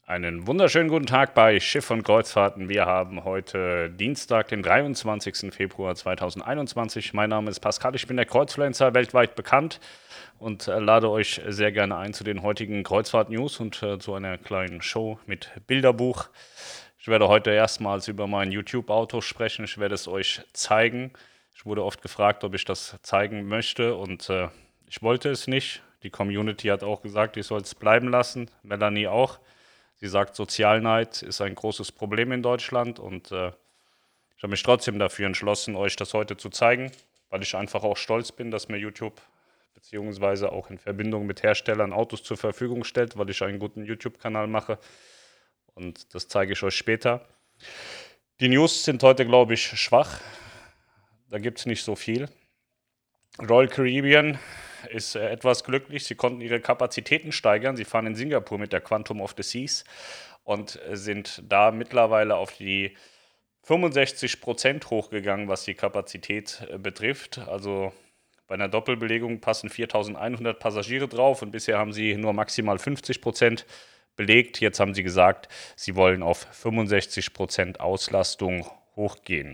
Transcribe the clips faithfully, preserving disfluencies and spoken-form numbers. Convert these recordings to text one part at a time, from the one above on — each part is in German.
Einen wunderschönen guten Tag bei Schiff und Kreuzfahrten. Wir haben heute Dienstag, den dreiundzwanzigsten Februar zweitausendeinundzwanzig. Mein Name ist Pascal, ich bin der Kreuzfluencer, weltweit bekannt und äh, lade euch sehr gerne ein zu den heutigen Kreuzfahrt-News und äh, zu einer kleinen Show mit Bilderbuch. Ich werde heute erstmals über mein YouTube-Auto sprechen. Ich werde es euch zeigen. Ich wurde oft gefragt, ob ich das zeigen möchte und äh, ich wollte es nicht. Die Community hat auch gesagt, ich soll es bleiben lassen. Melanie auch. Sie sagt, Sozialneid ist ein großes Problem in Deutschland und äh, ich habe mich trotzdem dafür entschlossen, euch das heute zu zeigen, weil ich einfach auch stolz bin, dass mir YouTube beziehungsweise auch in Verbindung mit Herstellern Autos zur Verfügung stellt, weil ich einen guten YouTube-Kanal mache und das zeige ich euch später. Die News sind heute, glaube ich, schwach. Da gibt es nicht so viel. Royal Caribbean ist äh, etwas glücklich. Sie konnten ihre Kapazitäten steigern. Sie fahren in Singapur mit der Quantum of the Seas und äh, sind da mittlerweile auf die fünfundsechzig Prozent hochgegangen, was die Kapazität äh, betrifft. Also bei einer Doppelbelegung passen viertausendeinhundert Passagiere drauf und bisher haben sie nur maximal fünfzig Prozent belegt. Jetzt haben sie gesagt, sie wollen auf fünfundsechzig Prozent Auslastung hochgehen.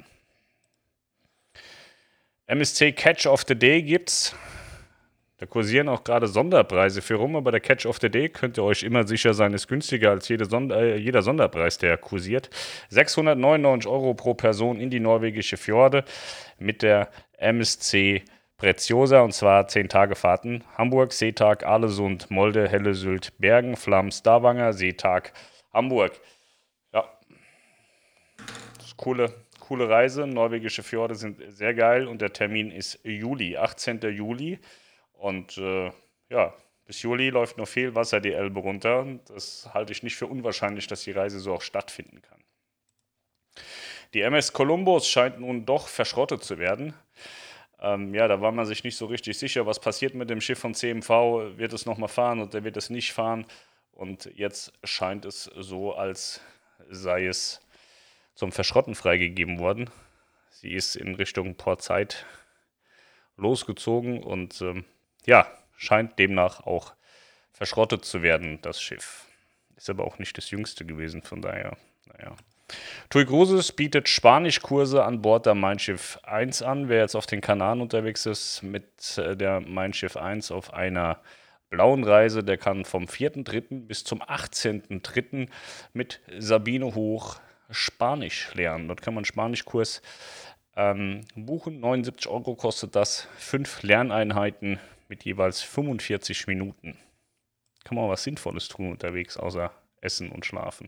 M S C Catch of the Day gibt's. Da kursieren auch gerade Sonderpreise für rum, aber der Catch of the Day könnt ihr euch immer sicher sein, ist günstiger als jede Sonder äh, jeder Sonderpreis, der kursiert. sechshundertneunundneunzig Euro pro Person in die norwegische Fjorde mit der M S C Preziosa und zwar zehn Tage Fahrten. Hamburg, Seetag, Alesund, Molde, Hellesylt, Bergen, Flamm, Stavanger, Seetag, Hamburg. Ja, das ist coole, coole Reise. Norwegische Fjorde sind sehr geil und der Termin ist Juli, achtzehnten Juli. Und äh, ja, bis Juli läuft noch viel Wasser die Elbe runter. Das halte ich nicht für unwahrscheinlich, dass die Reise so auch stattfinden kann. Die M S Columbus scheint nun doch verschrottet zu werden. Ähm, ja, da war man sich nicht so richtig sicher, was passiert mit dem Schiff von C M V. Wird es nochmal fahren oder wird es nicht fahren? Und jetzt scheint es so, als sei es zum Verschrotten freigegeben worden. Sie ist in Richtung Port Said losgezogen und ähm, ja, scheint demnach auch verschrottet zu werden, das Schiff. Ist aber auch nicht das jüngste gewesen, von daher, naja. TUI Cruises bietet Spanischkurse an Bord der Mein Schiff eins an. Wer jetzt auf den Kanaren unterwegs ist mit äh, der Mein Schiff eins auf einer blauen Reise, der kann vom vierten dritten bis zum achtzehnten dritten mit Sabine Hoch Spanisch lernen. Dort kann man einen Spanischkurs ähm, buchen. neunundsiebzig Euro kostet das. Fünf Lerneinheiten mit jeweils fünfundvierzig Minuten. Kann man was Sinnvolles tun unterwegs, außer essen und schlafen.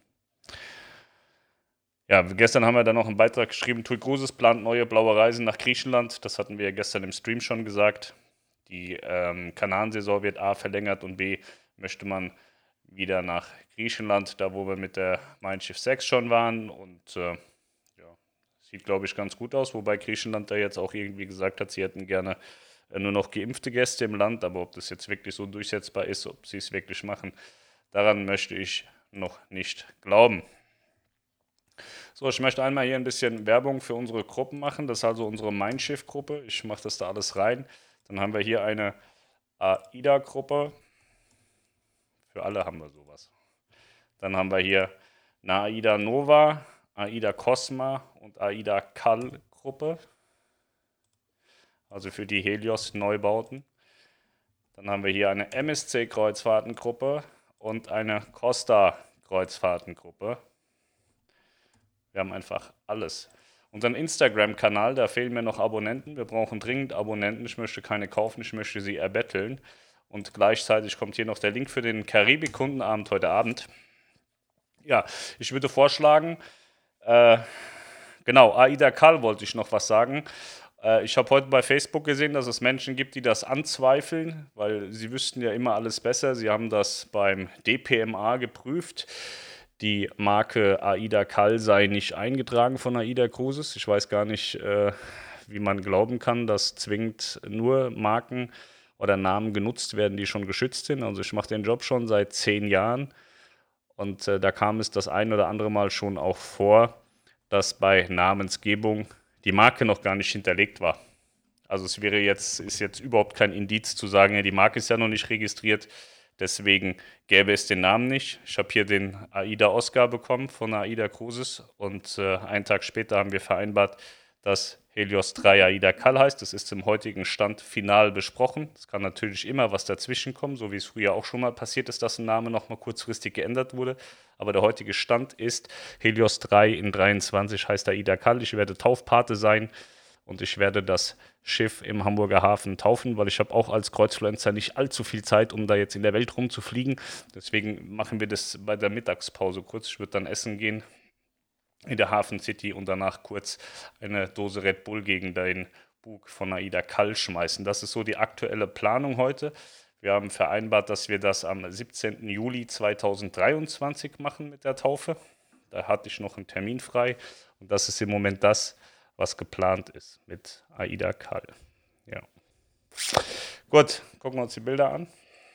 Ja, gestern haben wir dann noch einen Beitrag geschrieben, TUI Cruises plant neue blaue Reisen nach Griechenland. Das hatten wir ja gestern im Stream schon gesagt. Die ähm, Kanarensaison wird A verlängert und B möchte man wieder nach Griechenland, da wo wir mit der Mein Schiff sechs schon waren. Und äh, ja, sieht, glaube ich, ganz gut aus. Wobei Griechenland da jetzt auch irgendwie gesagt hat, sie hätten gerne äh, nur noch geimpfte Gäste im Land. Aber ob das jetzt wirklich so durchsetzbar ist, ob sie es wirklich machen, daran möchte ich noch nicht glauben. So, ich möchte einmal hier ein bisschen Werbung für unsere Gruppen machen. Das ist also unsere Mein Schiff-Gruppe. Ich mache das da alles rein. Dann haben wir hier eine AIDA-Gruppe. Für alle haben wir sowas. Dann haben wir hier eine AIDA Nova, AIDA Cosma und AIDA Cal-Gruppe. Also für die Helios-Neubauten. Dann haben wir hier eine M S C-Kreuzfahrtengruppe und eine Costa-Kreuzfahrtengruppe. Wir haben einfach alles. Unseren Instagram-Kanal, da fehlen mir noch Abonnenten. Wir brauchen dringend Abonnenten. Ich möchte keine kaufen, ich möchte sie erbetteln. Und gleichzeitig kommt hier noch der Link für den Karibik-Kundenabend heute Abend. Ja, ich würde vorschlagen, äh, genau, AIDA Cal wollte ich noch was sagen. Äh, ich habe heute bei Facebook gesehen, dass es Menschen gibt, die das anzweifeln, weil sie wüssten ja immer alles besser. Sie haben das beim D P M A geprüft. Die Marke AIDA Cal sei nicht eingetragen von AIDA Cruises. Ich weiß gar nicht, äh, wie man glauben kann, dass zwingend nur Marken oder Namen genutzt werden, die schon geschützt sind. Also ich mache den Job schon seit zehn Jahren und äh, da kam es das ein oder andere Mal schon auch vor, dass bei Namensgebung die Marke noch gar nicht hinterlegt war. Also es wäre jetzt, ist jetzt überhaupt kein Indiz zu sagen, ja, die Marke ist ja noch nicht registriert. Deswegen gäbe es den Namen nicht. Ich habe hier den AIDA Oscar bekommen von AIDA Cruises und äh, einen Tag später haben wir vereinbart, dass Helios drei AIDA Kall heißt. Das ist im heutigen Stand final besprochen. Es kann natürlich immer was dazwischen kommen, so wie es früher auch schon mal passiert ist, dass ein Name nochmal kurzfristig geändert wurde. Aber der heutige Stand ist, Helios drei in dreiundzwanzig heißt AIDA Kall. Ich werde Taufpate sein und ich werde das Schiff im Hamburger Hafen taufen, weil ich habe auch als Kreuzfluencer nicht allzu viel Zeit, um da jetzt in der Welt rumzufliegen. Deswegen machen wir das bei der Mittagspause kurz. Ich würde dann essen gehen in der Hafen City und danach kurz eine Dose Red Bull gegen den Bug von AIDA Kall schmeißen. Das ist so die aktuelle Planung heute. Wir haben vereinbart, dass wir das am siebzehnten Juli zweitausenddreiundzwanzig machen mit der Taufe. Da hatte ich noch einen Termin frei und das ist im Moment das, was geplant ist mit AIDA Kall. Ja. Gut, gucken wir uns die Bilder an.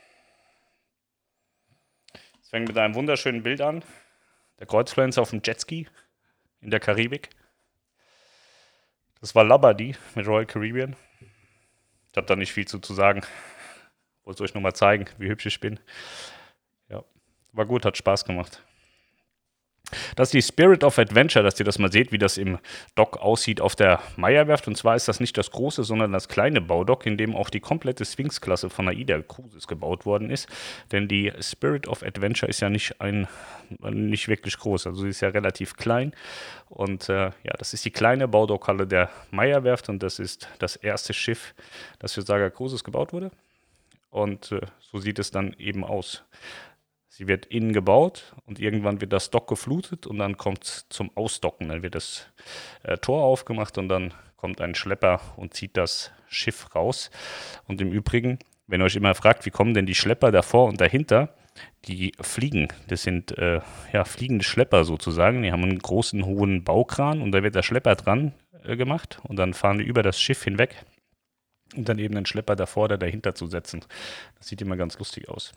Es fängt mit einem wunderschönen Bild an. Der Kreuzfluencer auf dem Jetski in der Karibik. Das war Labadee mit Royal Caribbean. Ich habe da nicht viel zu, zu sagen. Wollte euch nur mal zeigen, wie hübsch ich bin. Ja, war gut, hat Spaß gemacht. Das ist die Spirit of Adventure, dass ihr das mal seht, wie das im Dock aussieht auf der Meyer-Werft. Und zwar ist das nicht das große, sondern das kleine Baudock, in dem auch die komplette Sphinx-Klasse von AIDA Cruises gebaut worden ist. Denn die Spirit of Adventure ist ja nicht, ein, nicht wirklich groß, also sie ist ja relativ klein. Und äh, ja, das ist die kleine Baudockhalle der Meyer-Werft und das ist das erste Schiff, das für Saga Cruises gebaut wurde. Und äh, so sieht es dann eben aus. Sie wird innen gebaut und irgendwann wird das Dock geflutet und dann kommt es zum Ausdocken. Dann wird das äh, Tor aufgemacht und dann kommt ein Schlepper und zieht das Schiff raus. Und im Übrigen, wenn ihr euch immer fragt, wie kommen denn die Schlepper davor und dahinter, die fliegen. Das sind äh, ja, fliegende Schlepper sozusagen. Die haben einen großen, hohen Baukran und da wird der Schlepper dran äh, gemacht und dann fahren die über das Schiff hinweg und dann eben einen Schlepper davor oder dahinter zu setzen. Das sieht immer ganz lustig aus.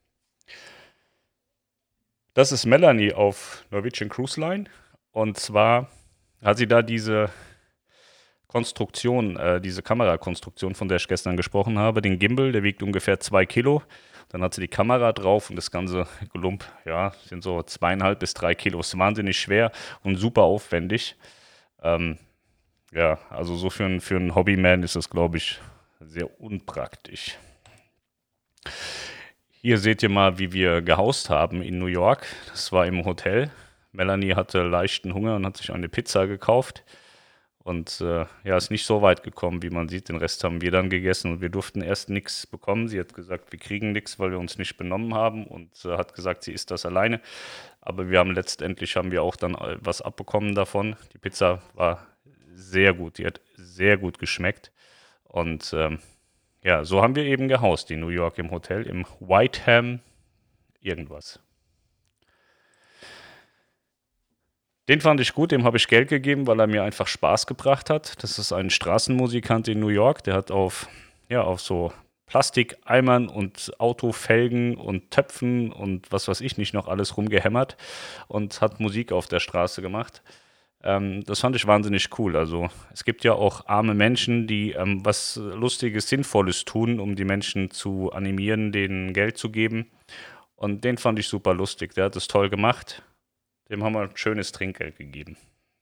Das ist Melanie auf Norwegian Cruise Line und zwar hat sie da diese Konstruktion, äh, diese Kamerakonstruktion, von der ich gestern gesprochen habe, den Gimbal, der wiegt ungefähr zwei Kilo. Dann hat sie die Kamera drauf und das ganze Gelump, ja, sind so zweieinhalb bis drei Kilo. Ist wahnsinnig schwer und super aufwendig. Ähm, ja, also so für, ein, für einen Hobbyman ist das, glaube ich, sehr unpraktisch. Hier seht ihr mal, wie wir gehaust haben in New York. Das war im Hotel. Melanie hatte leichten Hunger und hat sich eine Pizza gekauft. Und äh, ja, ist nicht so weit gekommen, wie man sieht. Den Rest haben wir dann gegessen und wir durften erst nichts bekommen. Sie hat gesagt, wir kriegen nichts, weil wir uns nicht benommen haben und äh, hat gesagt, sie isst das alleine. Aber wir haben letztendlich haben wir auch dann was abbekommen davon. Die Pizza war sehr gut, die hat sehr gut geschmeckt. Und ähm, ja, so haben wir eben gehaust in New York im Hotel, im Whiteham irgendwas. Den fand ich gut, dem habe ich Geld gegeben, weil er mir einfach Spaß gebracht hat. Das ist ein Straßenmusikant in New York, der hat auf, ja, auf so Plastikeimern und Autofelgen und Töpfen und was weiß ich nicht noch alles rumgehämmert und hat Musik auf der Straße gemacht. Ähm, das fand ich wahnsinnig cool. Also es gibt ja auch arme Menschen, die ähm, was Lustiges, Sinnvolles tun, um die Menschen zu animieren, denen Geld zu geben. Und den fand ich super lustig. Der hat es toll gemacht. Dem haben wir ein schönes Trinkgeld gegeben.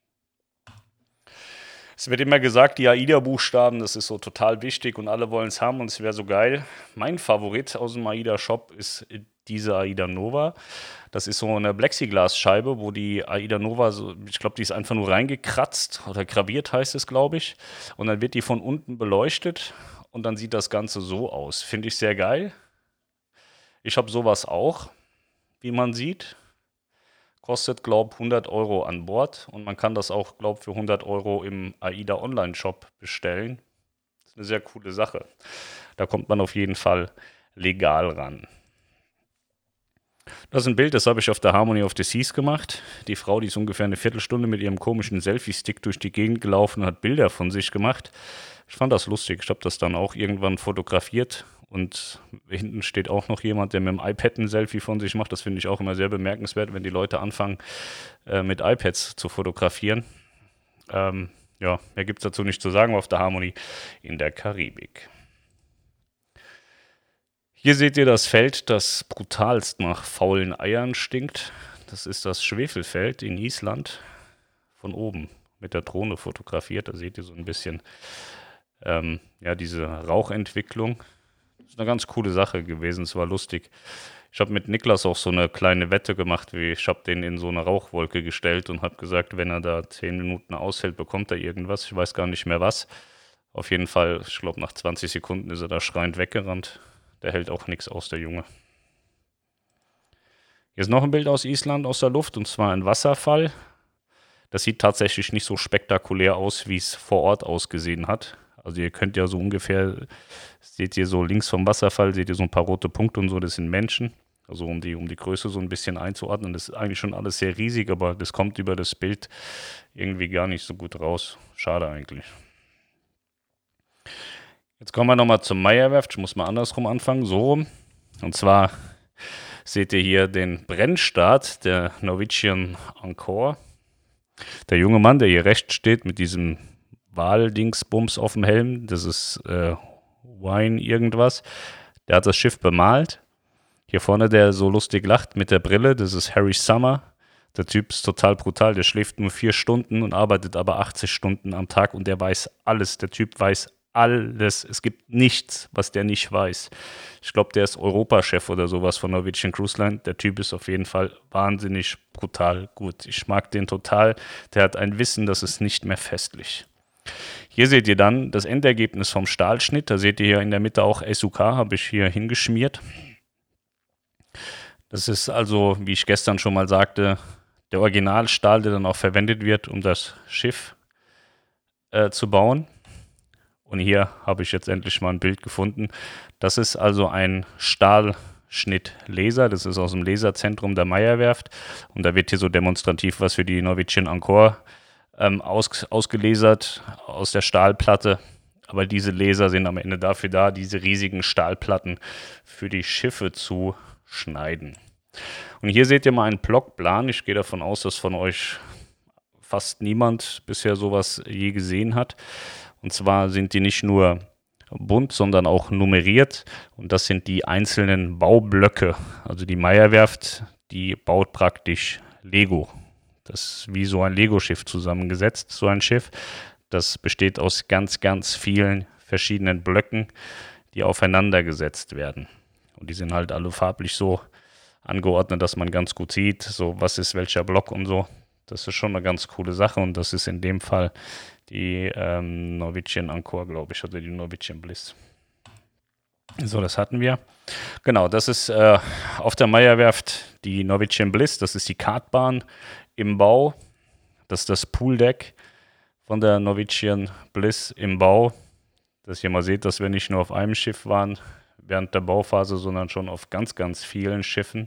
Es wird immer gesagt, die AIDA-Buchstaben, das ist so total wichtig und alle wollen es haben und es wäre so geil. Mein Favorit aus dem AIDA-Shop ist diese AIDA Nova. Das ist so eine Plexiglasscheibe, wo die AIDA Nova, so, ich glaube, die ist einfach nur reingekratzt oder graviert heißt es, glaube ich. Und dann wird die von unten beleuchtet und dann sieht das Ganze so aus. Finde ich sehr geil. Ich habe sowas auch, wie man sieht. Kostet, glaube ich, hundert Euro an Bord und man kann das auch, glaube ich, für hundert Euro im AIDA Online-Shop bestellen. Das ist eine sehr coole Sache. Da kommt man auf jeden Fall legal ran. Das ist ein Bild, das habe ich auf der Harmony of the Seas gemacht. Die Frau, die ist ungefähr eine Viertelstunde mit ihrem komischen Selfie-Stick durch die Gegend gelaufen und hat Bilder von sich gemacht. Ich fand das lustig. Ich habe das dann auch irgendwann fotografiert. Und hinten steht auch noch jemand, der mit dem iPad ein Selfie von sich macht. Das finde ich auch immer sehr bemerkenswert, wenn die Leute anfangen, äh, mit iPads zu fotografieren. Ähm, ja, mehr gibt es dazu nicht zu sagen auf der Harmony in der Karibik. Hier seht ihr das Feld, das brutalst nach faulen Eiern stinkt. Das ist das Schwefelfeld in Island von oben mit der Drohne fotografiert. Da seht ihr so ein bisschen ähm, ja, diese Rauchentwicklung. Das ist eine ganz coole Sache gewesen, es war lustig. Ich habe mit Niklas auch so eine kleine Wette gemacht, wie ich habe den in so eine Rauchwolke gestellt und habe gesagt, wenn er da zehn Minuten aushält, bekommt er irgendwas. Ich weiß gar nicht mehr was. Auf jeden Fall, ich glaube nach zwanzig Sekunden ist er da schreiend weggerannt. Der hält auch nichts aus, der Junge. Hier ist noch ein Bild aus Island aus der Luft, und zwar ein Wasserfall. Das sieht tatsächlich nicht so spektakulär aus, wie es vor Ort ausgesehen hat. Also ihr könnt ja so ungefähr, seht ihr so links vom Wasserfall, seht ihr so ein paar rote Punkte und so, das sind Menschen. Also um die, um die Größe so ein bisschen einzuordnen. Das ist eigentlich schon alles sehr riesig, aber das kommt über das Bild irgendwie gar nicht so gut raus. Schade eigentlich. Jetzt kommen wir nochmal zur Meyer-Werft. Ich muss mal andersrum anfangen, so rum. Und zwar seht ihr hier den Brennstart der Norwegian Encore. Der junge Mann, der hier rechts steht mit diesem Waldingsbums auf dem Helm, das ist äh, Wine irgendwas, der hat das Schiff bemalt. Hier vorne, der so lustig lacht mit der Brille, das ist Harry Summer. Der Typ ist total brutal, der schläft nur vier Stunden und arbeitet aber achtzig Stunden am Tag und der weiß alles. Der Typ weiß alles. Es gibt nichts, was der nicht weiß. Ich glaube, der ist Europachef oder sowas von Norwegian Cruise Line. Der Typ ist auf jeden Fall wahnsinnig brutal gut. Ich mag den total. Der hat ein Wissen, das ist nicht mehr festlich. Hier seht ihr dann das Endergebnis vom Stahlschnitt. Da seht ihr hier in der Mitte auch S U K, habe ich hier hingeschmiert. Das ist also, wie ich gestern schon mal sagte, der Originalstahl, der dann auch verwendet wird, um das Schiff äh, zu bauen. Und hier habe ich jetzt endlich mal ein Bild gefunden. Das ist also ein Stahlschnittlaser. Das ist aus dem Laserzentrum der Meyer-Werft. Und da wird hier so demonstrativ was für die Norwegian Encore ähm, aus, ausgelasert aus der Stahlplatte. Aber diese Laser sind am Ende dafür da, diese riesigen Stahlplatten für die Schiffe zu schneiden. Und hier seht ihr mal einen Blockplan. Ich gehe davon aus, dass von euch fast niemand bisher sowas je gesehen hat. Und zwar sind die nicht nur bunt, sondern auch nummeriert. Und das sind die einzelnen Baublöcke. Also die Meyer-Werft, die baut praktisch Lego. Das ist wie so ein Lego-Schiff zusammengesetzt, so ein Schiff. Das besteht aus ganz, ganz vielen verschiedenen Blöcken, die aufeinander gesetzt werden. Und die sind halt alle farblich so angeordnet, dass man ganz gut sieht, so was ist welcher Block und so. Das ist schon eine ganz coole Sache und das ist in dem Fall die ähm, Norwegian Encore, glaube ich, oder die Norwegian Bliss. So, das hatten wir. Genau, das ist äh, auf der Meyer-Werft die Norwegian Bliss, das ist die Kartbahn im Bau. Das ist das Pooldeck von der Norwegian Bliss im Bau. Dass ihr mal seht, dass wir nicht nur auf einem Schiff waren während der Bauphase, sondern schon auf ganz, ganz vielen Schiffen.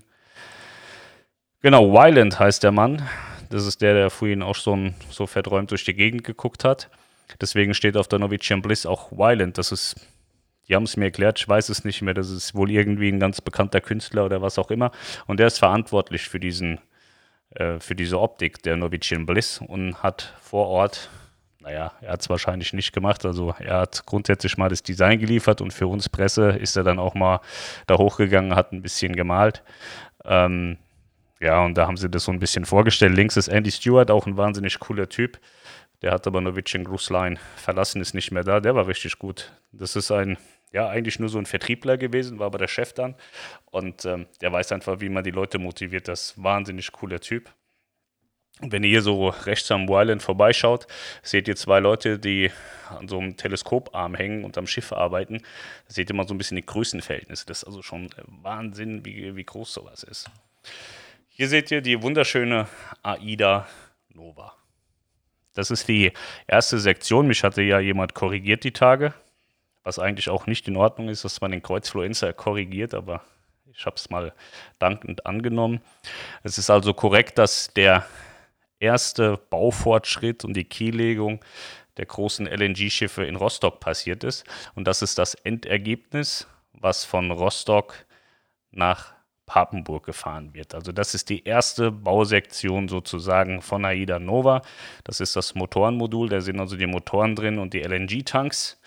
Genau, Wyland heißt der Mann. Das ist der, der vorhin auch so, so verträumt durch die Gegend geguckt hat. Deswegen steht auf der Norwegian Bliss auch Wyland. Das ist, die haben es mir erklärt, ich weiß es nicht mehr. Das ist wohl irgendwie ein ganz bekannter Künstler oder was auch immer. Und der ist verantwortlich für diesen, äh, für diese Optik der Norwegian Bliss und hat vor Ort, naja, er hat es wahrscheinlich nicht gemacht. Also er hat grundsätzlich mal das Design geliefert und für uns Presse ist er dann auch mal da hochgegangen, hat ein bisschen gemalt. Ähm, Ja, und da haben sie das so ein bisschen vorgestellt. Links ist Andy Stewart, auch ein wahnsinnig cooler Typ. Der hat aber Norwegian Cruise Line verlassen, ist nicht mehr da. Der war richtig gut. Das ist ein, ja, eigentlich nur so ein Vertriebler gewesen, war aber der Chef dann. Und ähm, der weiß einfach, wie man die Leute motiviert. Das ist ein wahnsinnig cooler Typ. Und wenn ihr hier so rechts am Wyland vorbeischaut, seht ihr zwei Leute, die an so einem Teleskoparm hängen und am Schiff arbeiten. Da seht ihr mal so ein bisschen die Größenverhältnisse. Das ist also schon Wahnsinn, wie, wie groß sowas ist. Hier seht ihr die wunderschöne Aida Nova. Das ist die erste Sektion. Mich hatte ja jemand korrigiert die Tage, was eigentlich auch nicht in Ordnung ist, dass man den Kreuzfluencer korrigiert, aber ich habe es mal dankend angenommen. Es ist also korrekt, dass der erste Baufortschritt und die Kiellegung der großen L N G-Schiffe in Rostock passiert ist. Und das ist das Endergebnis, was von Rostock nach Papenburg gefahren wird. Also das ist die erste Bausektion sozusagen von Aida Nova. Das ist das Motorenmodul, da sind also die Motoren drin und die L N G-Tanks.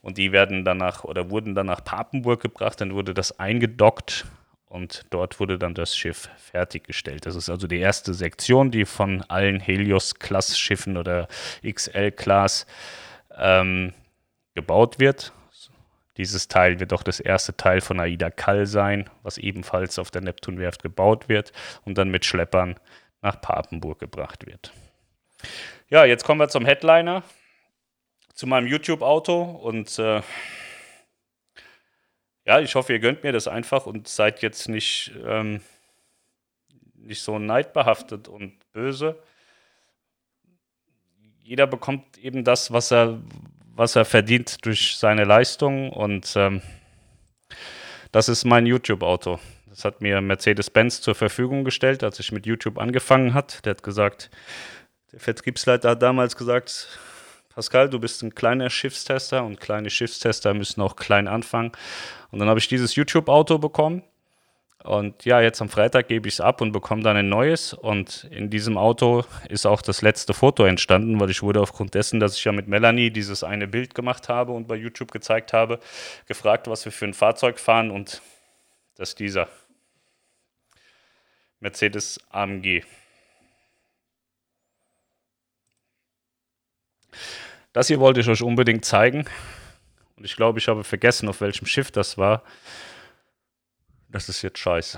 Und die werden danach oder wurden dann nach Papenburg gebracht, dann wurde das eingedockt und dort wurde dann das Schiff fertiggestellt. Das ist also die erste Sektion, die von allen Helios-Class-Schiffen oder X L-Class ähm, gebaut wird. Dieses Teil wird auch das erste Teil von Aida Kall sein, was ebenfalls auf der Neptunwerft gebaut wird und dann mit Schleppern nach Papenburg gebracht wird. Ja, jetzt kommen wir zum Headliner, zu meinem YouTube-Auto und äh, ja, ich hoffe, ihr gönnt mir das einfach und seid jetzt nicht, ähm, nicht so neidbehaftet und böse. Jeder bekommt eben das, was er, was er verdient durch seine Leistung und ähm, das ist mein YouTube-Auto. Das hat mir Mercedes-Benz zur Verfügung gestellt, als ich mit YouTube angefangen hat. Der hat gesagt, der Vertriebsleiter hat damals gesagt, Pascal, du bist ein kleiner Schiffstester und kleine Schiffstester müssen auch klein anfangen. Und dann habe ich dieses YouTube-Auto bekommen. Und ja, jetzt am Freitag gebe ich es ab und bekomme dann ein neues. Und in diesem Auto ist auch das letzte Foto entstanden, weil ich wurde aufgrund dessen, dass ich ja mit Melanie dieses eine Bild gemacht habe und bei YouTube gezeigt habe, gefragt, was wir für ein Fahrzeug fahren. Und das ist dieser Mercedes A M G. Das hier wollte ich euch unbedingt zeigen. Und ich glaube, ich habe vergessen, auf welchem Schiff das war. Das ist jetzt scheiße.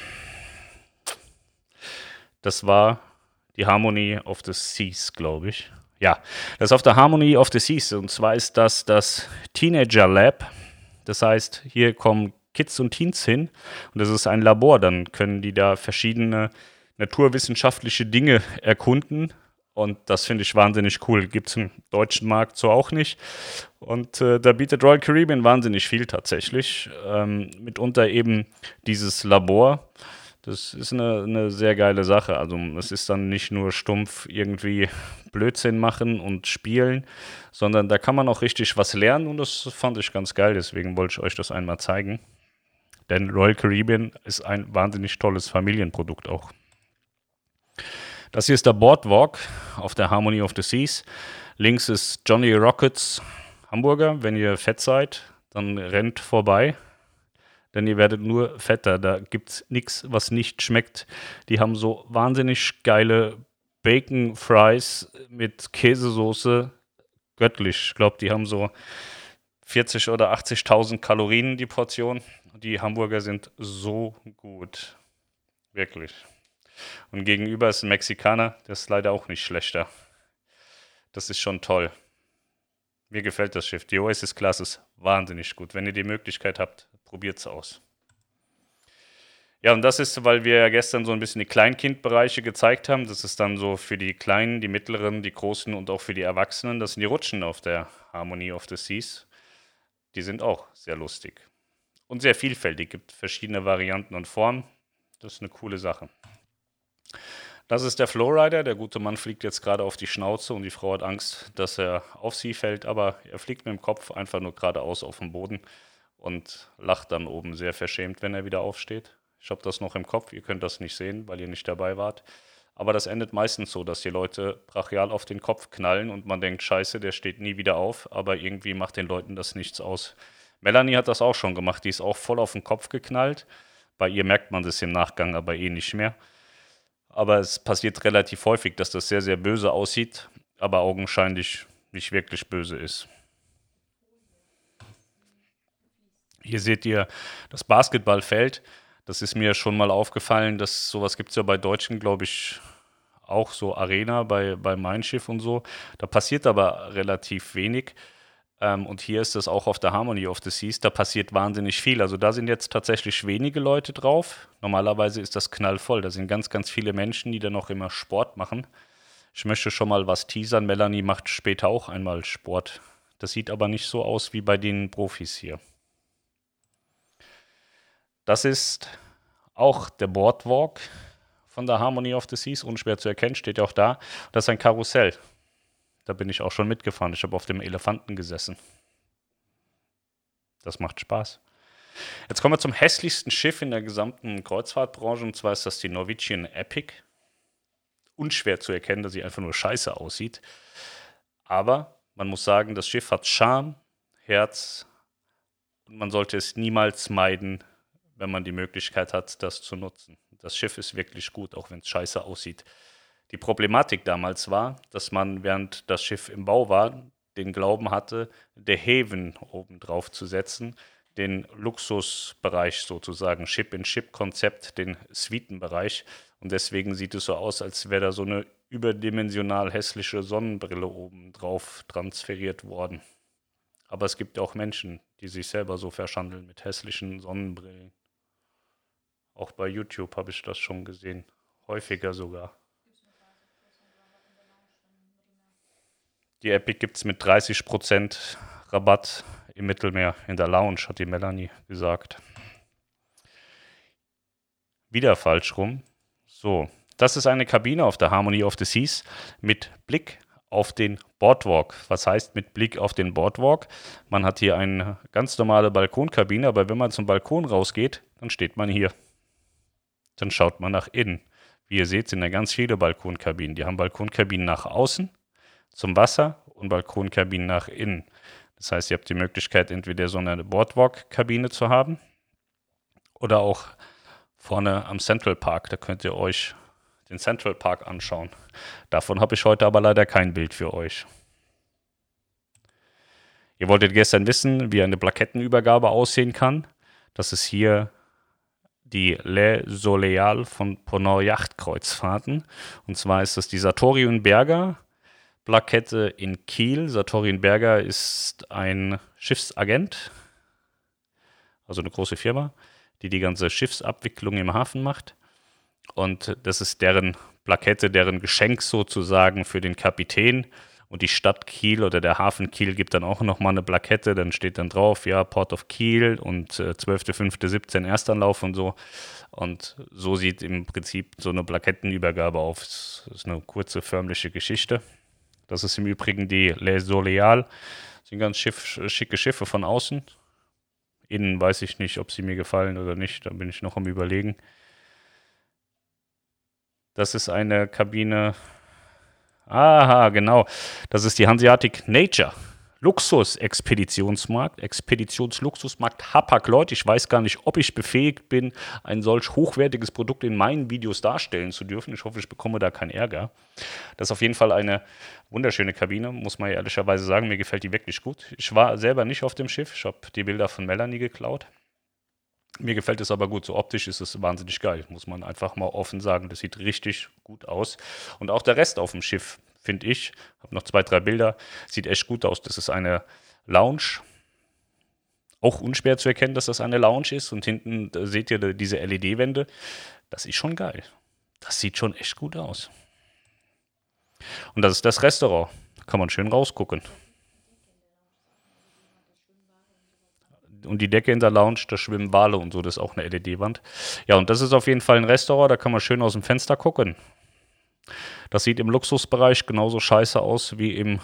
Das war die Harmony of the Seas, glaube ich. Ja, das ist auf der Harmony of the Seas. Und zwar ist das das Teenager Lab. Das heißt, hier kommen Kids und Teens hin. Und das ist ein Labor. Dann können die da verschiedene naturwissenschaftliche Dinge erkunden. Und das finde ich wahnsinnig cool. Gibt es im deutschen Markt so auch nicht. Und äh, da bietet Royal Caribbean wahnsinnig viel tatsächlich. Ähm, mitunter eben dieses Labor. Das ist eine, eine sehr geile Sache. Also es ist dann nicht nur stumpf irgendwie Blödsinn machen und spielen, sondern da kann man auch richtig was lernen und das fand ich ganz geil. Deswegen wollte ich euch das einmal zeigen. Denn Royal Caribbean ist ein wahnsinnig tolles Familienprodukt auch. Das hier ist der Boardwalk auf der Harmony of the Seas. Links ist Johnny Rockets Hamburger. Wenn ihr fett seid, dann rennt vorbei, denn ihr werdet nur fetter. Da gibt es nichts, was nicht schmeckt. Die haben so wahnsinnig geile Bacon Fries mit Käsesoße. Göttlich. Ich glaube, die haben so vierzig oder achtzigtausend Kalorien die Portion. Die Hamburger sind so gut. Wirklich. Und gegenüber ist ein Mexikaner, der ist leider auch nicht schlechter. Das ist schon toll. Mir gefällt das Schiff. Die Oasis Class ist wahnsinnig gut. Wenn ihr die Möglichkeit habt, probiert es aus. Ja, und das ist, weil wir ja gestern so ein bisschen die Kleinkindbereiche gezeigt haben. Das ist dann so für die Kleinen, die Mittleren, die Großen und auch für die Erwachsenen. Das sind die Rutschen auf der Harmony of the Seas. Die sind auch sehr lustig. Und sehr vielfältig. Es gibt verschiedene Varianten und Formen. Das ist eine coole Sache. Das ist der Flowrider. Der gute Mann fliegt jetzt gerade auf die Schnauze und die Frau hat Angst, dass er auf sie fällt. Aber er fliegt mit dem Kopf einfach nur geradeaus auf den Boden und lacht dann oben sehr verschämt, wenn er wieder aufsteht. Ich habe das noch im Kopf. Ihr könnt das nicht sehen, weil ihr nicht dabei wart. Aber das endet meistens so, dass die Leute brachial auf den Kopf knallen und man denkt, scheiße, der steht nie wieder auf. Aber irgendwie macht den Leuten das nichts aus. Melanie hat das auch schon gemacht. Die ist auch voll auf den Kopf geknallt. Bei ihr merkt man das im Nachgang aber eh nicht mehr. Aber es passiert relativ häufig, dass das sehr, sehr böse aussieht, aber augenscheinlich nicht wirklich böse ist. Hier seht ihr das Basketballfeld. Das ist mir schon mal aufgefallen, dass sowas gibt es ja bei Deutschen, glaube ich, auch so Arena bei, bei Mein Schiff und so. Da passiert aber relativ wenig. Ähm, und hier ist das auch auf der Harmony of the Seas, da passiert wahnsinnig viel. Also da sind jetzt tatsächlich wenige Leute drauf. Normalerweise ist das knallvoll. Da sind ganz, ganz viele Menschen, die dann noch immer Sport machen. Ich möchte schon mal was teasern. Melanie macht später auch einmal Sport. Das sieht aber nicht so aus wie bei den Profis hier. Das ist auch der Boardwalk von der Harmony of the Seas. Unschwer zu erkennen, steht ja auch da. Das ist ein Karussell. Da bin ich auch schon mitgefahren. Ich habe auf dem Elefanten gesessen. Das macht Spaß. Jetzt kommen wir zum hässlichsten Schiff in der gesamten Kreuzfahrtbranche. Und zwar ist das die Norwegian Epic. Unschwer zu erkennen, dass sie einfach nur scheiße aussieht. Aber man muss sagen, das Schiff hat Charme, Herz und man sollte es niemals meiden, wenn man die Möglichkeit hat, das zu nutzen. Das Schiff ist wirklich gut, auch wenn es scheiße aussieht. Die Problematik damals war, dass man, während das Schiff im Bau war, den Glauben hatte, der Haven oben drauf zu setzen, den Luxusbereich sozusagen, Ship-in-Ship-Konzept, den Suitenbereich. Und deswegen sieht es so aus, als wäre da so eine überdimensional hässliche Sonnenbrille oben drauf transferiert worden. Aber es gibt auch Menschen, die sich selber so verschandeln mit hässlichen Sonnenbrillen. Auch bei YouTube habe ich das schon gesehen. Häufiger sogar. Die Epic gibt es mit dreißig Prozent Rabatt im Mittelmeer in der Lounge, hat die Melanie gesagt. Wieder falsch rum. So, das ist eine Kabine auf der Harmony of the Seas mit Blick auf den Boardwalk. Was heißt mit Blick auf den Boardwalk? Man hat hier eine ganz normale Balkonkabine, aber wenn man zum Balkon rausgeht, dann steht man hier. Dann schaut man nach innen. Wie ihr seht, sind da ganz viele Balkonkabinen. Die haben Balkonkabinen nach außen, zum Wasser und Balkonkabinen nach innen. Das heißt, ihr habt die Möglichkeit, entweder so eine Boardwalk-Kabine zu haben oder auch vorne am Central Park. Da könnt ihr euch den Central Park anschauen. Davon habe ich heute aber leider kein Bild für euch. Ihr wolltet gestern wissen, wie eine Plakettenübergabe aussehen kann. Das ist hier die Le Soleil von Ponant Yachtkreuzfahrten. Und zwar ist das die Sartori und Berger Plakette in Kiel. Sartori und Berger ist ein Schiffsagent, also eine große Firma, die die ganze Schiffsabwicklung im Hafen macht. Und das ist deren Plakette, deren Geschenk sozusagen für den Kapitän. Und die Stadt Kiel oder der Hafen Kiel gibt dann auch nochmal eine Plakette. Dann steht dann drauf, ja, Port of Kiel und äh, zwölfter fünfter siebzehn Erstanlauf und so. Und so sieht im Prinzip so eine Plakettenübergabe auf. Das ist eine kurze, förmliche Geschichte. Das ist im Übrigen die Le Soleil. Das sind ganz schiff, schicke Schiffe von außen. Innen weiß ich nicht, ob sie mir gefallen oder nicht. Da bin ich noch am Überlegen. Das ist eine Kabine. Aha, genau. Das ist die Hanseatic Nature. Luxus-Expeditionsmarkt, Expeditionsluxusmarkt Hapag-Lloyd. Ich weiß gar nicht, ob ich befähigt bin, ein solch hochwertiges Produkt in meinen Videos darstellen zu dürfen. Ich hoffe, ich bekomme da keinen Ärger. Das ist auf jeden Fall eine wunderschöne Kabine, muss man ehrlicherweise sagen. Mir gefällt die wirklich gut. Ich war selber nicht auf dem Schiff. Ich habe die Bilder von Melanie geklaut. Mir gefällt es aber gut. So optisch ist es wahnsinnig geil, muss man einfach mal offen sagen. Das sieht richtig gut aus. Und auch der Rest auf dem Schiff, finde ich, habe noch zwei, drei Bilder, sieht echt gut aus. Das ist eine Lounge. Auch unschwer zu erkennen, dass das eine Lounge ist. Und hinten da seht ihr diese L E D-Wände. Das ist schon geil. Das sieht schon echt gut aus. Und das ist das Restaurant. Da kann man schön rausgucken. Und die Decke in der Lounge, da schwimmen Wale und so, das ist auch eine L E D-Wand. Ja, und das ist auf jeden Fall ein Restaurant, da kann man schön aus dem Fenster gucken. Das sieht im Luxusbereich genauso scheiße aus wie im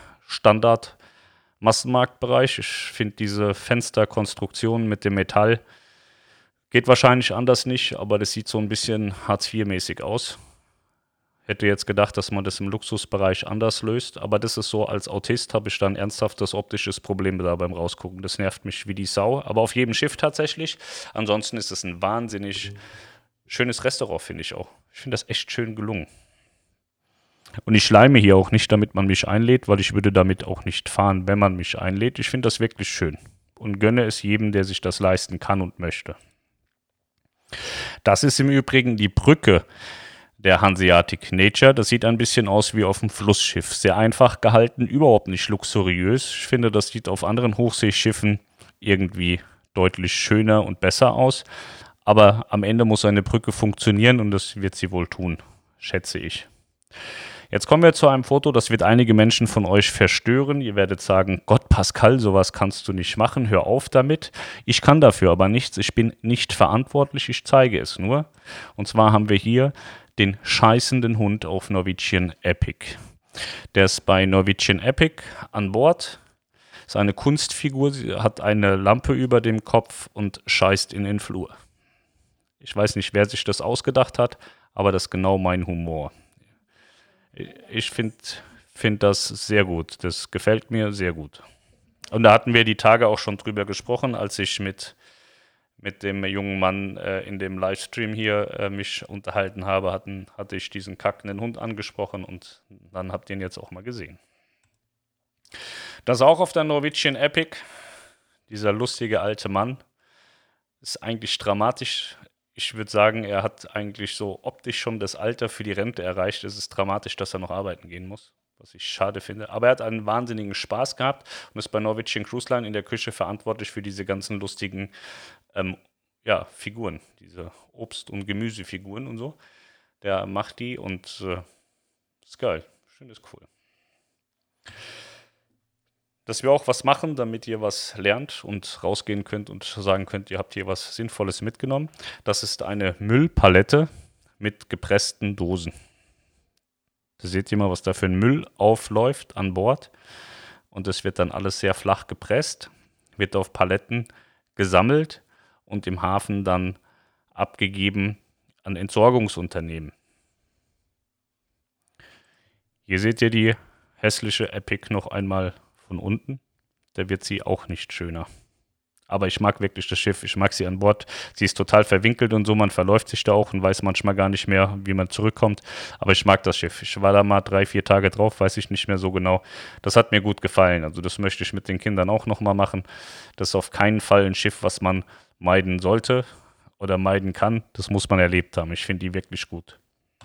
Standard-Massenmarktbereich. Ich finde diese Fensterkonstruktion mit dem Metall geht wahrscheinlich anders nicht, aber das sieht so ein bisschen Hartz vier-mäßig aus. Hätte jetzt gedacht, dass man das im Luxusbereich anders löst, aber das ist so, als Autist habe ich dann ernsthaftes optisches Problem da beim Rausgucken. Das nervt mich wie die Sau, aber auf jedem Schiff tatsächlich. Ansonsten ist es ein wahnsinnig schönes Restaurant, finde ich auch. Ich finde das echt schön gelungen. Und ich schleime hier auch nicht, damit man mich einlädt, weil ich würde damit auch nicht fahren, wenn man mich einlädt. Ich finde das wirklich schön und gönne es jedem, der sich das leisten kann und möchte. Das ist im Übrigen die Brücke der Hanseatic Nature. Das sieht ein bisschen aus wie auf einem Flussschiff. Sehr einfach gehalten, überhaupt nicht luxuriös. Ich finde, das sieht auf anderen Hochseeschiffen irgendwie deutlich schöner und besser aus. Aber am Ende muss eine Brücke funktionieren und das wird sie wohl tun, schätze ich. Jetzt kommen wir zu einem Foto, das wird einige Menschen von euch verstören. Ihr werdet sagen, Gott, Pascal, sowas kannst du nicht machen, hör auf damit. Ich kann dafür aber nichts, ich bin nicht verantwortlich, ich zeige es nur. Und zwar haben wir hier den scheißenden Hund auf Norwegian Epic. Der ist bei Norwegian Epic an Bord. Ist eine Kunstfigur, sie hat eine Lampe über dem Kopf und scheißt in den Flur. Ich weiß nicht, wer sich das ausgedacht hat, aber das ist genau mein Humor. Ich finde find das sehr gut. Das gefällt mir sehr gut. Und da hatten wir die Tage auch schon drüber gesprochen, als ich mit, mit dem jungen Mann äh, in dem Livestream hier äh, mich unterhalten habe, hatten, hatte ich diesen kackenden Hund angesprochen und dann habt ihr ihn jetzt auch mal gesehen. Das auch auf der Norwegian Epic. Dieser lustige alte Mann ist eigentlich dramatisch. Ich würde sagen, er hat eigentlich so optisch schon das Alter für die Rente erreicht. Es ist dramatisch, dass er noch arbeiten gehen muss, was ich schade finde. Aber er hat einen wahnsinnigen Spaß gehabt und ist bei Norwegian Cruise Line in der Küche verantwortlich für diese ganzen lustigen ähm, ja, Figuren, diese Obst- und Gemüsefiguren und so. Der macht die und äh, ist geil. Ich finde es cool. Dass wir auch was machen, damit ihr was lernt und rausgehen könnt und sagen könnt, ihr habt hier was Sinnvolles mitgenommen. Das ist eine Müllpalette mit gepressten Dosen. Da seht ihr mal, was da für ein Müll aufläuft an Bord. Und das wird dann alles sehr flach gepresst, wird auf Paletten gesammelt und im Hafen dann abgegeben an Entsorgungsunternehmen. Hier seht ihr die hässliche Epic noch einmal von unten. Da wird sie auch nicht schöner. Aber ich mag wirklich das Schiff. Ich mag sie an Bord. Sie ist total verwinkelt und so. Man verläuft sich da auch und weiß manchmal gar nicht mehr, wie man zurückkommt. Aber ich mag das Schiff. Ich war da mal drei, vier Tage drauf, weiß ich nicht mehr so genau. Das hat mir gut gefallen. Also das möchte ich mit den Kindern auch nochmal machen. Das ist auf keinen Fall ein Schiff, was man meiden sollte oder meiden kann. Das muss man erlebt haben. Ich finde die wirklich gut.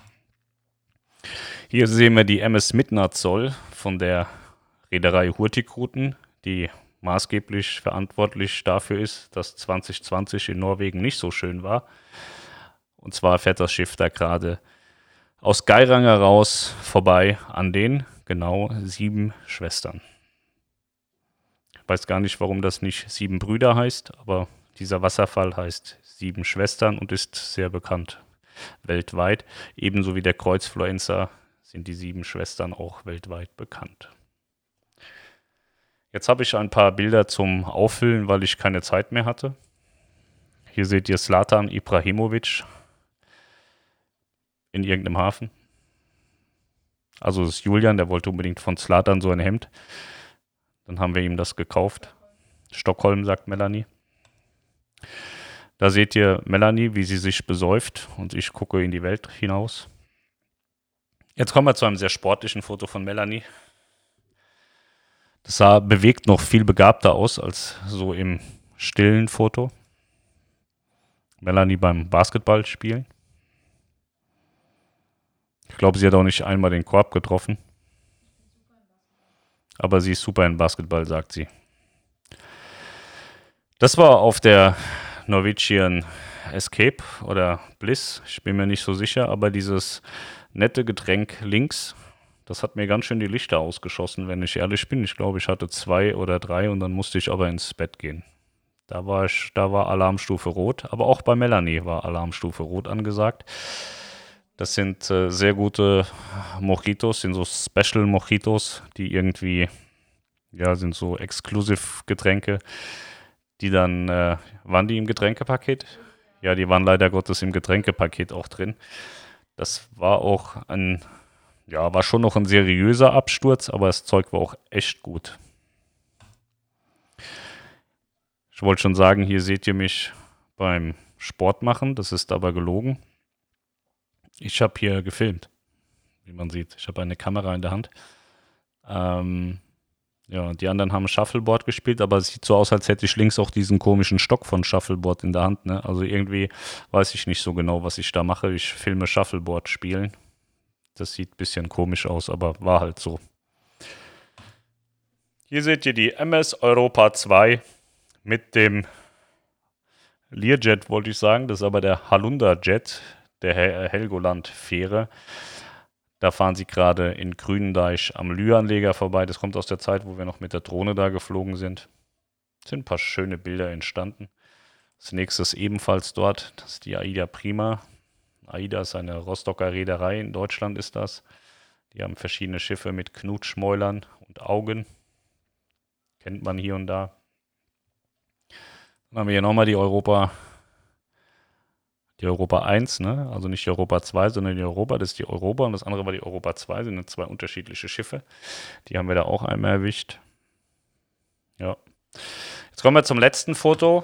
Hier sehen wir die M S Midnattsol von der Reederei Hurtigruten, die maßgeblich verantwortlich dafür ist, dass zwanzig zwanzig in Norwegen nicht so schön war. Und zwar fährt das Schiff da gerade aus Geiranger raus vorbei an den genau sieben Schwestern. Ich weiß gar nicht, warum das nicht sieben Brüder heißt, aber dieser Wasserfall heißt sieben Schwestern und ist sehr bekannt weltweit. Ebenso wie der Kreuzfluencer sind die sieben Schwestern auch weltweit bekannt. Jetzt habe ich ein paar Bilder zum Auffüllen, weil ich keine Zeit mehr hatte. Hier seht ihr Zlatan Ibrahimovic in irgendeinem Hafen. Also das ist Julian, der wollte unbedingt von Zlatan so ein Hemd. Dann haben wir ihm das gekauft. Stockholm, sagt Melanie. Da seht ihr Melanie, wie sie sich besäuft und ich gucke in die Welt hinaus. Jetzt kommen wir zu einem sehr sportlichen Foto von Melanie. Das sah bewegt noch viel begabter aus als so im stillen Foto. Melanie beim Basketballspielen. Ich glaube, sie hat auch nicht einmal den Korb getroffen. Aber sie ist super in Basketball, sagt sie. Das war auf der Norwegian Escape oder Bliss. Ich bin mir nicht so sicher, aber dieses nette Getränk links, das hat mir ganz schön die Lichter ausgeschossen, wenn ich ehrlich bin. Ich glaube, ich hatte zwei oder drei und dann musste ich aber ins Bett gehen. Da war, ich, da war Alarmstufe Rot, aber auch bei Melanie war Alarmstufe Rot angesagt. Das sind äh, sehr gute Mojitos, sind so Special Mojitos, die irgendwie, ja, sind so Exclusive-Getränke, die dann, äh, waren die im Getränkepaket? Ja, die waren leider Gottes im Getränkepaket auch drin. Das war auch ein, ja, war schon noch ein seriöser Absturz, aber das Zeug war auch echt gut. Ich wollte schon sagen, hier seht ihr mich beim Sport machen, das ist aber gelogen. Ich habe hier gefilmt, wie man sieht. Ich habe eine Kamera in der Hand. Ähm, ja, die anderen haben Shuffleboard gespielt, aber es sieht so aus, als hätte ich links auch diesen komischen Stock von Shuffleboard in der Hand. Ne? Also irgendwie weiß ich nicht so genau, was ich da mache. Ich filme Shuffleboard spielen. Das sieht ein bisschen komisch aus, aber war halt so. Hier seht ihr die M S Europa zwei mit dem Learjet, wollte ich sagen. Das ist aber der Halunda-Jet, der Hel Helgoland-Fähre. Da fahren sie gerade in Grünendeich am Lüanleger vorbei. Das kommt aus der Zeit, wo wir noch mit der Drohne da geflogen sind. Es sind ein paar schöne Bilder entstanden. Als nächstes ebenfalls dort, das ist die Aida Prima. Aida ist eine Rostocker Reederei, in Deutschland ist das. Die haben verschiedene Schiffe mit Knutschmäulern und Augen. Kennt man hier und da. Dann haben wir hier nochmal die Europa, die Europa eins, ne? Also nicht die Europa zwei, sondern die Europa, das ist die Europa und das andere war die Europa zwei, sind zwei unterschiedliche Schiffe. Die haben wir da auch einmal erwischt. Ja. Jetzt kommen wir zum letzten Foto.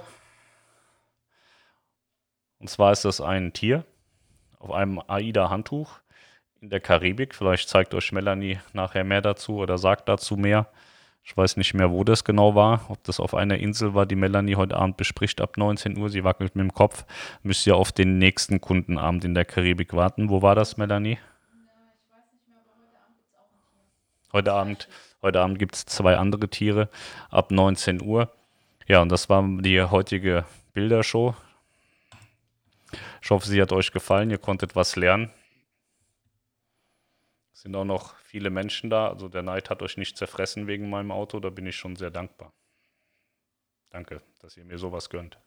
Und zwar ist das ein Tier auf einem AIDA-Handtuch in der Karibik. Vielleicht zeigt euch Melanie nachher mehr dazu oder sagt dazu mehr. Ich weiß nicht mehr, wo das genau war. Ob das auf einer Insel war, die Melanie heute Abend bespricht ab neunzehn Uhr. Sie wackelt mit dem Kopf. Müsst ihr auf den nächsten Kundenabend in der Karibik warten. Wo war das, Melanie? Heute Abend, heute Abend gibt es zwei andere Tiere ab neunzehn Uhr. Ja, und das war die heutige Bildershow. Ich hoffe, sie hat euch gefallen. Ihr konntet was lernen. Es sind auch noch viele Menschen da. Also der Neid hat euch nicht zerfressen wegen meinem Auto. Da bin ich schon sehr dankbar. Danke, dass ihr mir sowas gönnt.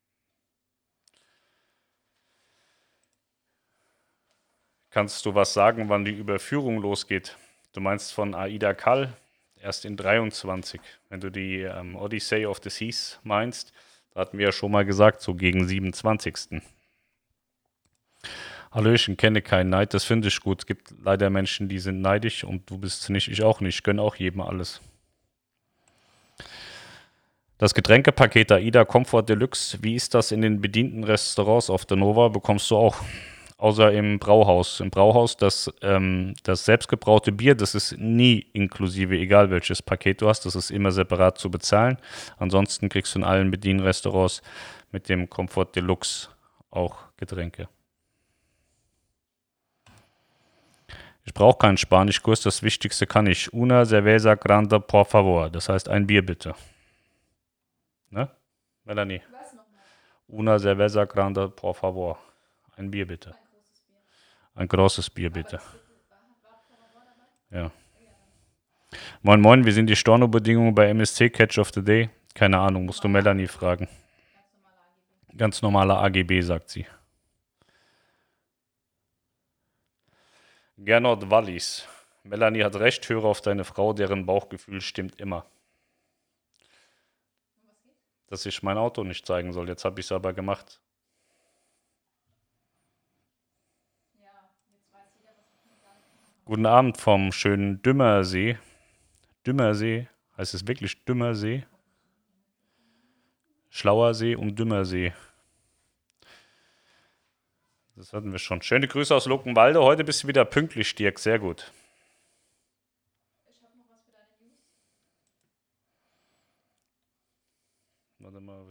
Kannst du was sagen, wann die Überführung losgeht? Du meinst von Aida Kal erst in dreiundzwanzig. Wenn du die ähm, Odyssey of the Seas meinst, da hatten wir ja schon mal gesagt, so gegen siebenundzwanzigsten Hallöchen, kenne keinen Neid, das finde ich gut. Es gibt leider Menschen, die sind neidisch und du bist nicht, ich auch nicht. Ich gönne auch jedem alles. Das Getränkepaket Aida Comfort Deluxe, wie ist das in den bedienten Restaurants auf der Nova? Bekommst du auch. Außer im Brauhaus. Im Brauhaus, das, ähm, das selbstgebraute Bier, das ist nie inklusive, egal welches Paket du hast. Das ist immer separat zu bezahlen. Ansonsten kriegst du in allen Bedienrestaurants mit dem Comfort Deluxe auch Getränke. Ich brauche keinen Spanischkurs, das Wichtigste kann ich. Una cerveza grande, por favor. Das heißt, ein Bier bitte. Ne? Melanie? Una cerveza grande, por favor. Ein Bier bitte. Ein großes Bier bitte. Ja. Moin Moin, wie sind die Stornobedingungen bei M S C Catch of the Day? Keine Ahnung, musst du Melanie fragen. Ganz normaler A G B, sagt sie. Gernot Wallis. Melanie hat recht, höre auf deine Frau, deren Bauchgefühl stimmt immer. Dass ich mein Auto nicht zeigen soll, jetzt habe ich es aber gemacht. Guten Abend vom schönen Dümmersee. Dümmersee, heißt es wirklich Dümmersee? Schlauer See und Dümmersee. Das hatten wir schon. Schöne Grüße aus Luckenwalde. Heute bist du wieder pünktlich, Dirk. Sehr gut. Warte mal.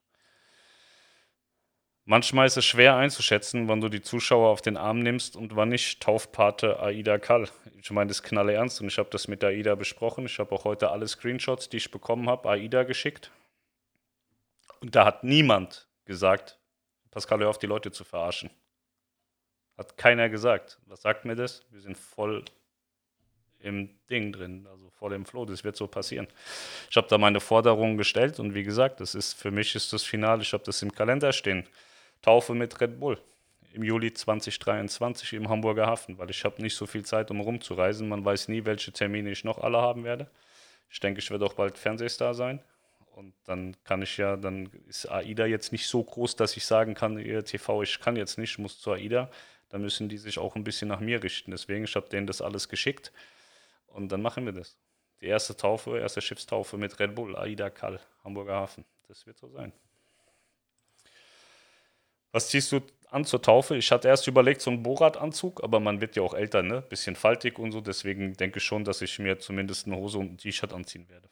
Manchmal ist es schwer einzuschätzen, wann du die Zuschauer auf den Arm nimmst und wann nicht. Taufpate Aida Kal. Ich meine das knalle ernst und ich habe das mit Aida besprochen. Ich habe auch heute alle Screenshots, die ich bekommen habe, Aida geschickt. Und da hat niemand gesagt, Pascal, hör auf, die Leute zu verarschen. Hat keiner gesagt. Was sagt mir das? Wir sind voll im Ding drin, also voll im Flow. Das wird so passieren. Ich habe da meine Forderungen gestellt und wie gesagt, das ist für mich ist das Finale. Ich habe das im Kalender stehen. Taufe mit Red Bull im Juli zwanzig dreiundzwanzig im Hamburger Hafen, weil ich habe nicht so viel Zeit, um rumzureisen. Man weiß nie, welche Termine ich noch alle haben werde. Ich denke, ich werde auch bald Fernsehstar sein. Und dann kann ich ja, dann ist Aida jetzt nicht so groß, dass ich sagen kann, ihr T V, ich kann jetzt nicht, ich muss zu Aida. Da müssen die sich auch ein bisschen nach mir richten. Deswegen, ich habe denen das alles geschickt. Und dann machen wir das. Die erste Taufe, erste Schiffstaufe mit Red Bull, Aida Kal, Hamburger Hafen. Das wird so sein. Was ziehst du an zur Taufe? Ich hatte erst überlegt, so einen Borat-Anzug, aber man wird ja auch älter, ne? Bisschen faltig und so. Deswegen denke ich schon, dass ich mir zumindest eine Hose und ein T-Shirt anziehen werde.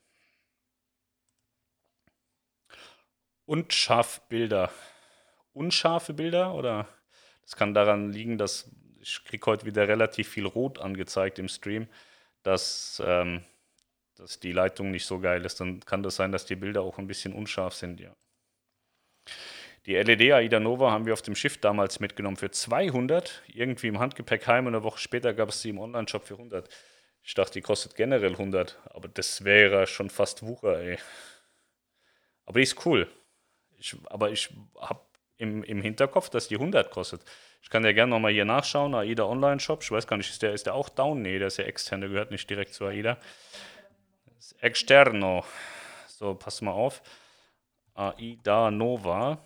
Unscharf Bilder. Unscharfe Bilder oder? Das kann daran liegen, dass ich kriege heute wieder relativ viel Rot angezeigt im Stream, dass, ähm, dass die Leitung nicht so geil ist. Dann kann das sein, dass die Bilder auch ein bisschen unscharf sind, ja. Die L E D Aida Nova haben wir auf dem Schiff damals mitgenommen für zweihundert, irgendwie im Handgepäck heim und eine Woche später gab es sie im Online-Shop für hundert. Ich dachte, die kostet generell hundert, aber das wäre schon fast Wucher, ey. Aber die ist cool. Ich, aber ich habe im, im Hinterkopf, dass die hundert kostet. Ich kann ja gerne nochmal hier nachschauen, Aida Online-Shop. Ich weiß gar nicht, ist der, ist der auch down? Nee, der ist ja extern, der gehört nicht direkt zu Aida. Das ist Externo. So, pass mal auf. Aida Nova.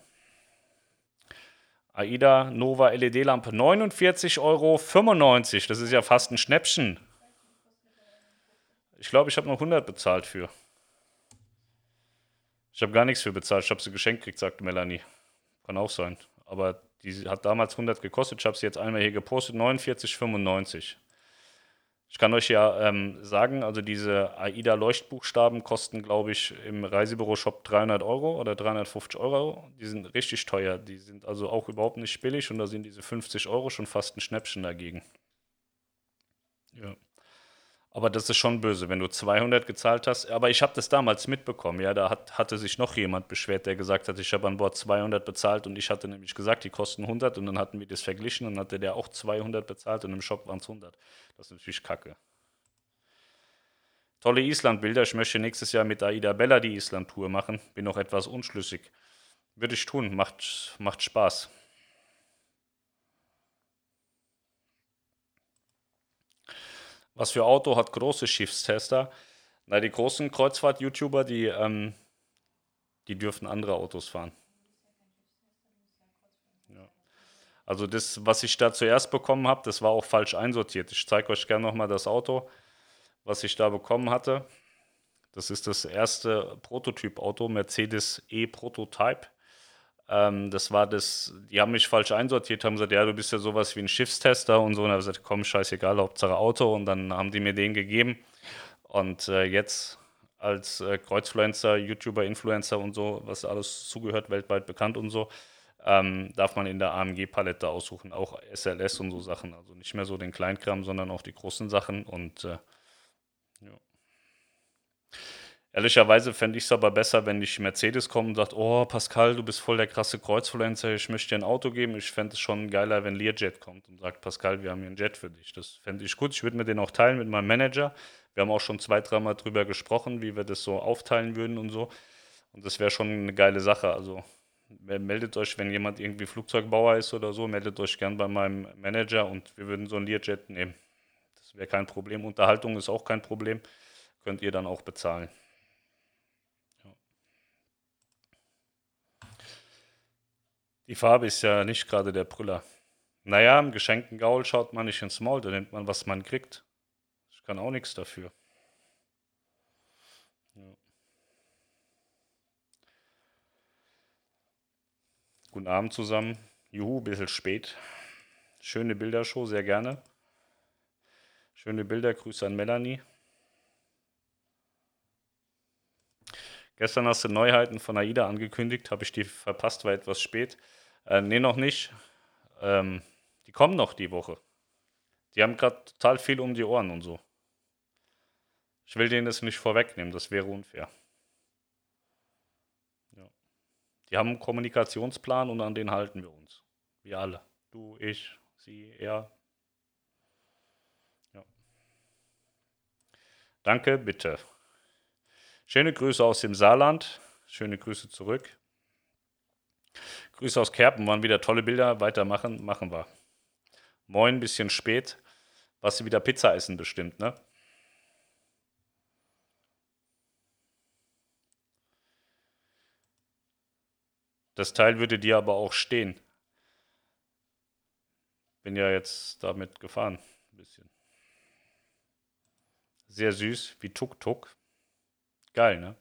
Aida Nova L E D-Lampe, neunundvierzig Euro fünfundneunzig. Das ist ja fast ein Schnäppchen. Ich glaube, ich habe noch hundert bezahlt für. Ich habe gar nichts für bezahlt. Ich habe sie geschenkt gekriegt, sagt Melanie. Kann auch sein. Aber die hat damals hundert gekostet. Ich habe sie jetzt einmal hier gepostet. neunundvierzig fünfundneunzig. Ich kann euch ja ähm, sagen, also diese AIDA-Leuchtbuchstaben kosten, glaube ich, im Reisebüro-Shop dreihundert Euro oder dreihundertfünfzig Euro. Die sind richtig teuer. Die sind also auch überhaupt nicht billig und da sind diese fünfzig Euro schon fast ein Schnäppchen dagegen. Ja. Aber das ist schon böse, wenn du zweihundert gezahlt hast. Aber ich habe das damals mitbekommen. Ja, da hat, hatte sich noch jemand beschwert, der gesagt hat, ich habe an Bord zweihundert bezahlt und ich hatte nämlich gesagt, die kosten hundert und dann hatten wir das verglichen und dann hatte der auch zweihundert bezahlt und im Shop waren es hundert. Das ist natürlich kacke. Tolle Island-Bilder. Ich möchte nächstes Jahr mit Aida Bella die Island-Tour machen. Bin noch etwas unschlüssig. Würde ich tun. Macht, macht Spaß. Was für Auto hat große Schiffstester? Na, die großen Kreuzfahrt-YouTuber, die, ähm, die dürfen andere Autos fahren. Ja. Also das, was ich da zuerst bekommen habe, das war auch falsch einsortiert. Ich zeige euch gerne nochmal das Auto, was ich da bekommen hatte. Das ist das erste Prototyp-Auto, Mercedes E-Prototype. Ähm, das war das, die haben mich falsch einsortiert, haben gesagt, ja, du bist ja sowas wie ein Schiffstester und so. Und dann habe ich gesagt, komm, scheißegal, Hauptsache Auto. Und dann haben die mir den gegeben. Und äh, jetzt als äh, Kreuzfluencer, YouTuber, Influencer und so, was alles zugehört, weltweit bekannt und so, ähm, darf man in der A M G-Palette aussuchen, auch S L S und so Sachen. Also nicht mehr so den Kleinkram, sondern auch die großen Sachen. Und äh, ja. Ehrlicherweise fände ich es aber besser, wenn nicht Mercedes kommt und sagt, oh Pascal, du bist voll der krasse Kreuzfluencer, ich möchte dir ein Auto geben. Ich fände es schon geiler, wenn Learjet kommt und sagt, Pascal, wir haben hier einen Jet für dich. Das fände ich gut. Ich würde mir den auch teilen mit meinem Manager. Wir haben auch schon zwei, dreimal drüber gesprochen, wie wir das so aufteilen würden und so. Und das wäre schon eine geile Sache. Also meldet euch, wenn jemand irgendwie Flugzeugbauer ist oder so, meldet euch gern bei meinem Manager und wir würden so einen Learjet nehmen. Das wäre kein Problem. Unterhaltung ist auch kein Problem. Könnt ihr dann auch bezahlen. Ja. Die Farbe ist ja nicht gerade der Brüller. Naja, im geschenkten Gaul schaut man nicht ins Maul, da nimmt man, was man kriegt. Ich kann auch nichts dafür. Ja. Guten Abend zusammen. Juhu, bisschen spät. Schöne Bildershow, sehr gerne. Schöne Bilder, Grüße an Melanie. Gestern hast du Neuheiten von AIDA angekündigt, habe ich die verpasst, war etwas spät. Äh, nee, noch nicht. Ähm, die kommen noch die Woche. Die haben gerade total viel um die Ohren und so. Ich will denen das nicht vorwegnehmen, das wäre unfair. Ja. Die haben einen Kommunikationsplan und an den halten wir uns. Wir alle. Du, ich, sie, er. Ja. Danke, bitte. Schöne Grüße aus dem Saarland. Schöne Grüße zurück. Grüße aus Kerpen, waren wieder tolle Bilder. Weitermachen, machen wir. Moin, bisschen spät. Warst du wieder Pizza essen bestimmt, ne? Das Teil würde dir aber auch stehen. Bin ja jetzt damit gefahren. Ein bisschen. Sehr süß, wie Tuk-Tuk. Geil, ne?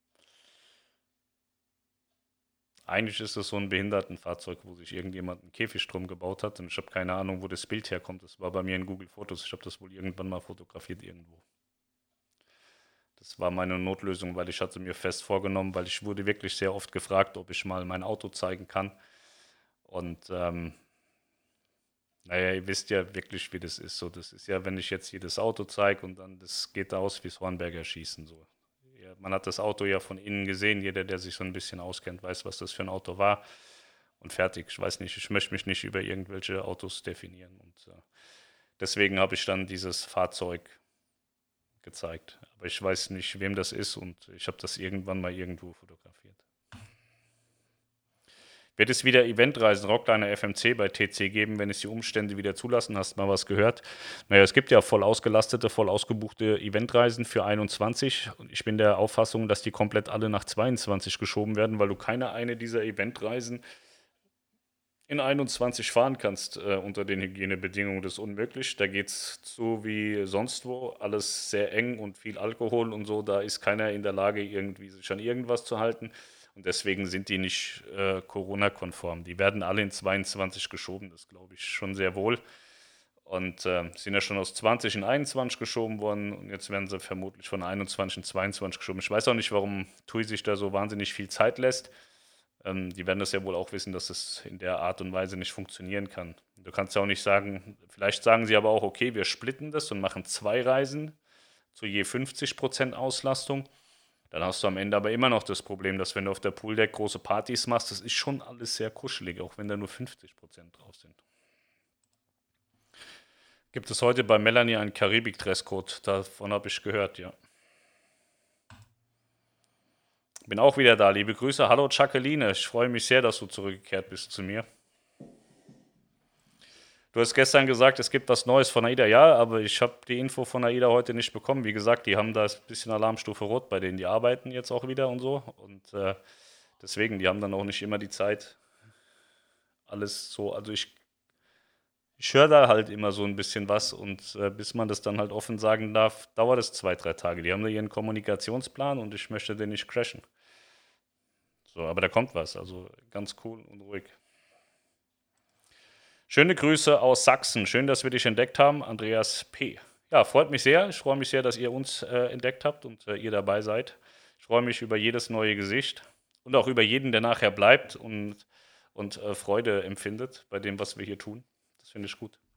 Eigentlich ist es so ein Behindertenfahrzeug, wo sich irgendjemand einen Käfig drum gebaut hat. Und ich habe keine Ahnung, wo das Bild herkommt. Das war bei mir in Google Fotos. Ich habe das wohl irgendwann mal fotografiert irgendwo. Das war meine Notlösung, weil ich hatte mir fest vorgenommen, weil ich wurde wirklich sehr oft gefragt, ob ich mal mein Auto zeigen kann. Und ähm, naja, ihr wisst ja wirklich, wie das ist. So, das ist ja, wenn ich jetzt hier das Auto zeige und dann das geht aus wie das Hornberger Schießen. So. Ja, man hat das Auto ja von innen gesehen. Jeder, der sich so ein bisschen auskennt, weiß, was das für ein Auto war. Und fertig. Ich weiß nicht, ich möchte mich nicht über irgendwelche Autos definieren. Und äh, deswegen habe ich dann dieses Fahrzeug gezeigt. Aber ich weiß nicht, wem das ist und ich habe das irgendwann mal irgendwo fotografiert. Wird es wieder Eventreisen, Rockliner F M C bei T C geben, wenn es die Umstände wieder zulassen? Hast du mal was gehört? Naja, es gibt ja voll ausgelastete, voll ausgebuchte Eventreisen für einundzwanzig und ich bin der Auffassung, dass die komplett alle nach zweiundzwanzig geschoben werden, weil du keine eine dieser Eventreisen in einundzwanzig fahren kannst äh, unter den Hygienebedingungen, das ist unmöglich. Da geht es so wie sonst wo, alles sehr eng und viel Alkohol und so. Da ist keiner in der Lage, irgendwie sich an irgendwas zu halten. Und deswegen sind die nicht äh, Corona-konform. Die werden alle in zweiundzwanzig geschoben, das glaube ich schon sehr wohl. Und äh, sind ja schon aus zwanzig in einundzwanzig geschoben worden und jetzt werden sie vermutlich von einundzwanzig in zweiundzwanzig geschoben. Ich weiß auch nicht, warum Tui sich da so wahnsinnig viel Zeit lässt. Ähm, die werden das ja wohl auch wissen, dass es in der Art und Weise nicht funktionieren kann. Du kannst ja auch nicht sagen, vielleicht sagen sie aber auch, okay, wir splitten das und machen zwei Reisen zu je fünfzig Prozent Auslastung. Dann hast du am Ende aber immer noch das Problem, dass wenn du auf der Pooldeck große Partys machst, das ist schon alles sehr kuschelig, auch wenn da nur fünfzig Prozent drauf sind. Gibt es heute bei Melanie einen Karibik-Dresscode? Davon habe ich gehört, ja. Bin auch wieder da. Liebe Grüße. Hallo Jacqueline. Ich freue mich sehr, dass du zurückgekehrt bist zu mir. Du hast gestern gesagt, es gibt was Neues von AIDA. Ja, aber ich habe die Info von AIDA heute nicht bekommen. Wie gesagt, die haben da ein bisschen Alarmstufe Rot bei denen. Die arbeiten jetzt auch wieder und so. Und äh, deswegen, die haben dann auch nicht immer die Zeit, alles so. Also ich, ich höre da halt immer so ein bisschen was. Und äh, bis man das dann halt offen sagen darf, dauert es zwei, drei Tage. Die haben da ihren Kommunikationsplan und ich möchte den nicht crashen. So, aber da kommt was. Also ganz cool und ruhig. Schöne Grüße aus Sachsen. Schön, dass wir dich entdeckt haben, Andreas P. Ja, freut mich sehr. Ich freue mich sehr, dass ihr uns äh, entdeckt habt und äh, ihr dabei seid. Ich freue mich über jedes neue Gesicht und auch über jeden, der nachher bleibt und, und äh, Freude empfindet bei dem, was wir hier tun. Das finde ich gut.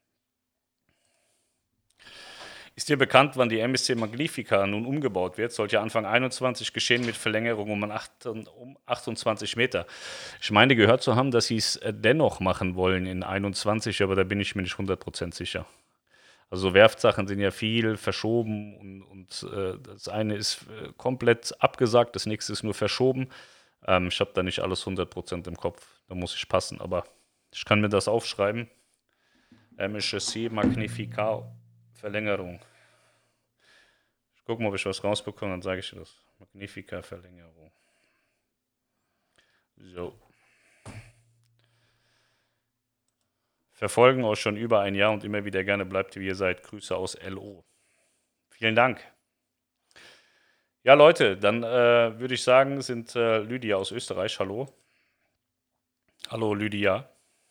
Ist dir bekannt, wann die M S C Magnifica nun umgebaut wird? Sollte ja Anfang einundzwanzig geschehen mit Verlängerung um, acht, um achtundzwanzig Meter. Ich meine gehört zu haben, dass sie es äh, dennoch machen wollen in einundzwanzig, aber da bin ich mir nicht hundert Prozent sicher. Also so Werftsachen sind ja viel verschoben und, und äh, das eine ist äh, komplett abgesagt, das nächste ist nur verschoben. Ähm, ich habe da nicht alles hundert Prozent im Kopf, da muss ich passen, aber ich kann mir das aufschreiben. M S C Magnifica Verlängerung. Ich gucke mal, ob ich was rausbekomme, dann sage ich dir das. Magnifica Verlängerung. So. Verfolgen euch schon über ein Jahr und immer wieder gerne bleibt, wie ihr seid. Grüße aus L O. Vielen Dank. Ja, Leute, dann äh, würde ich sagen, sind äh, Lydia aus Österreich. Hallo. Hallo, Lydia.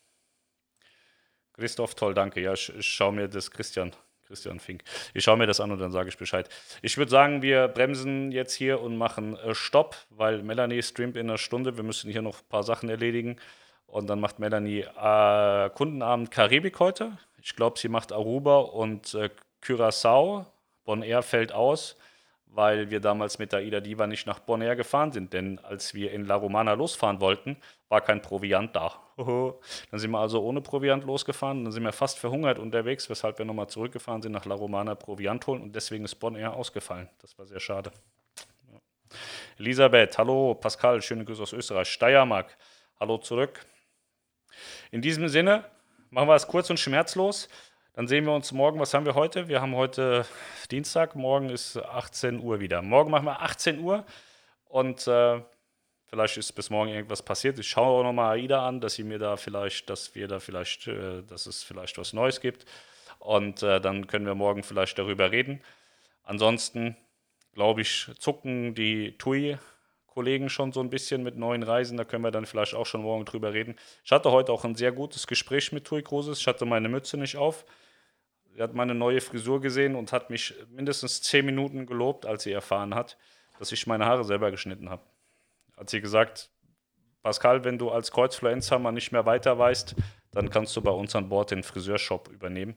Christoph, toll, danke. Ja, ich, ich schaue mir das, Christian, Christian Fink. Ich schaue mir das an und dann sage ich Bescheid. Ich würde sagen, wir bremsen jetzt hier und machen äh, Stopp, weil Melanie streamt in einer Stunde. Wir müssen hier noch ein paar Sachen erledigen. Und dann macht Melanie äh, Kundenabend Karibik heute. Ich glaube, sie macht Aruba und äh, Curaçao. Bonaire fällt aus, weil wir damals mit der Aida Diva nicht nach Bonaire gefahren sind. Denn als wir in La Romana losfahren wollten, war kein Proviant da. Dann sind wir also ohne Proviant losgefahren. Dann sind wir fast verhungert unterwegs, weshalb wir nochmal zurückgefahren sind nach La Romana Proviant holen. Und deswegen ist Bonaire ausgefallen. Das war sehr schade. Ja. Elisabeth, hallo. Pascal, schöne Grüße aus Österreich. Steiermark, hallo zurück. In diesem Sinne, machen wir es kurz und schmerzlos. Dann sehen wir uns morgen. Was haben wir heute? Wir haben heute Dienstag. Morgen ist achtzehn Uhr wieder. Morgen machen wir achtzehn Uhr. Und äh, vielleicht ist bis morgen irgendwas passiert. Ich schaue auch nochmal AIDA an, dass sie mir da vielleicht, dass wir da vielleicht, äh, dass es vielleicht was Neues gibt. Und äh, dann können wir morgen vielleicht darüber reden. Ansonsten, glaube ich, zucken die Tui-Kollegen schon so ein bisschen mit neuen Reisen. Da können wir dann vielleicht auch schon morgen drüber reden. Ich hatte heute auch ein sehr gutes Gespräch mit Tui Cruises. Ich hatte meine Mütze nicht auf. Sie hat meine neue Frisur gesehen und hat mich mindestens zehn Minuten gelobt, als sie erfahren hat, dass ich meine Haare selber geschnitten habe. Hat sie gesagt, Pascal, wenn du als Kreuzfluenzamer nicht mehr weiter weißt, dann kannst du bei uns an Bord den Friseurshop übernehmen.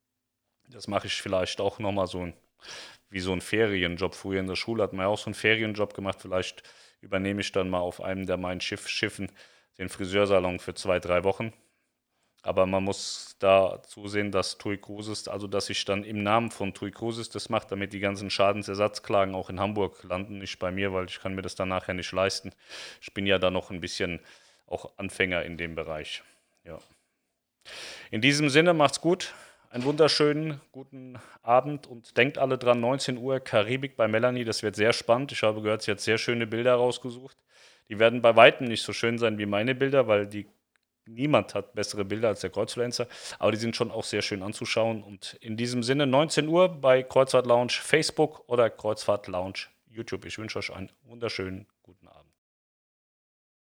Das mache ich vielleicht auch nochmal so ein, wie so ein Ferienjob. Früher in der Schule hat man ja auch so einen Ferienjob gemacht. Vielleicht übernehme ich dann mal auf einem der meinen Schiff, Schiffen den Friseursalon für zwei, drei Wochen. Aber man muss da zusehen, dass Tui Cruises, also dass ich dann im Namen von Tui Cruises das mache, damit die ganzen Schadensersatzklagen auch in Hamburg landen, nicht bei mir, weil ich kann mir das dann nachher nicht leisten. Ich bin ja da noch ein bisschen auch Anfänger in dem Bereich. Ja. In diesem Sinne, macht's gut. Einen wunderschönen guten Abend und denkt alle dran, neunzehn Uhr Karibik bei Melanie, das wird sehr spannend. Ich habe gehört, sie hat sehr schöne Bilder rausgesucht. Die werden bei weitem nicht so schön sein wie meine Bilder, weil die niemand hat bessere Bilder als der Kreuzfluencer, aber die sind schon auch sehr schön anzuschauen. Und in diesem Sinne neunzehn Uhr bei Kreuzfahrt Lounge Facebook oder Kreuzfahrt Lounge YouTube. Ich wünsche euch einen wunderschönen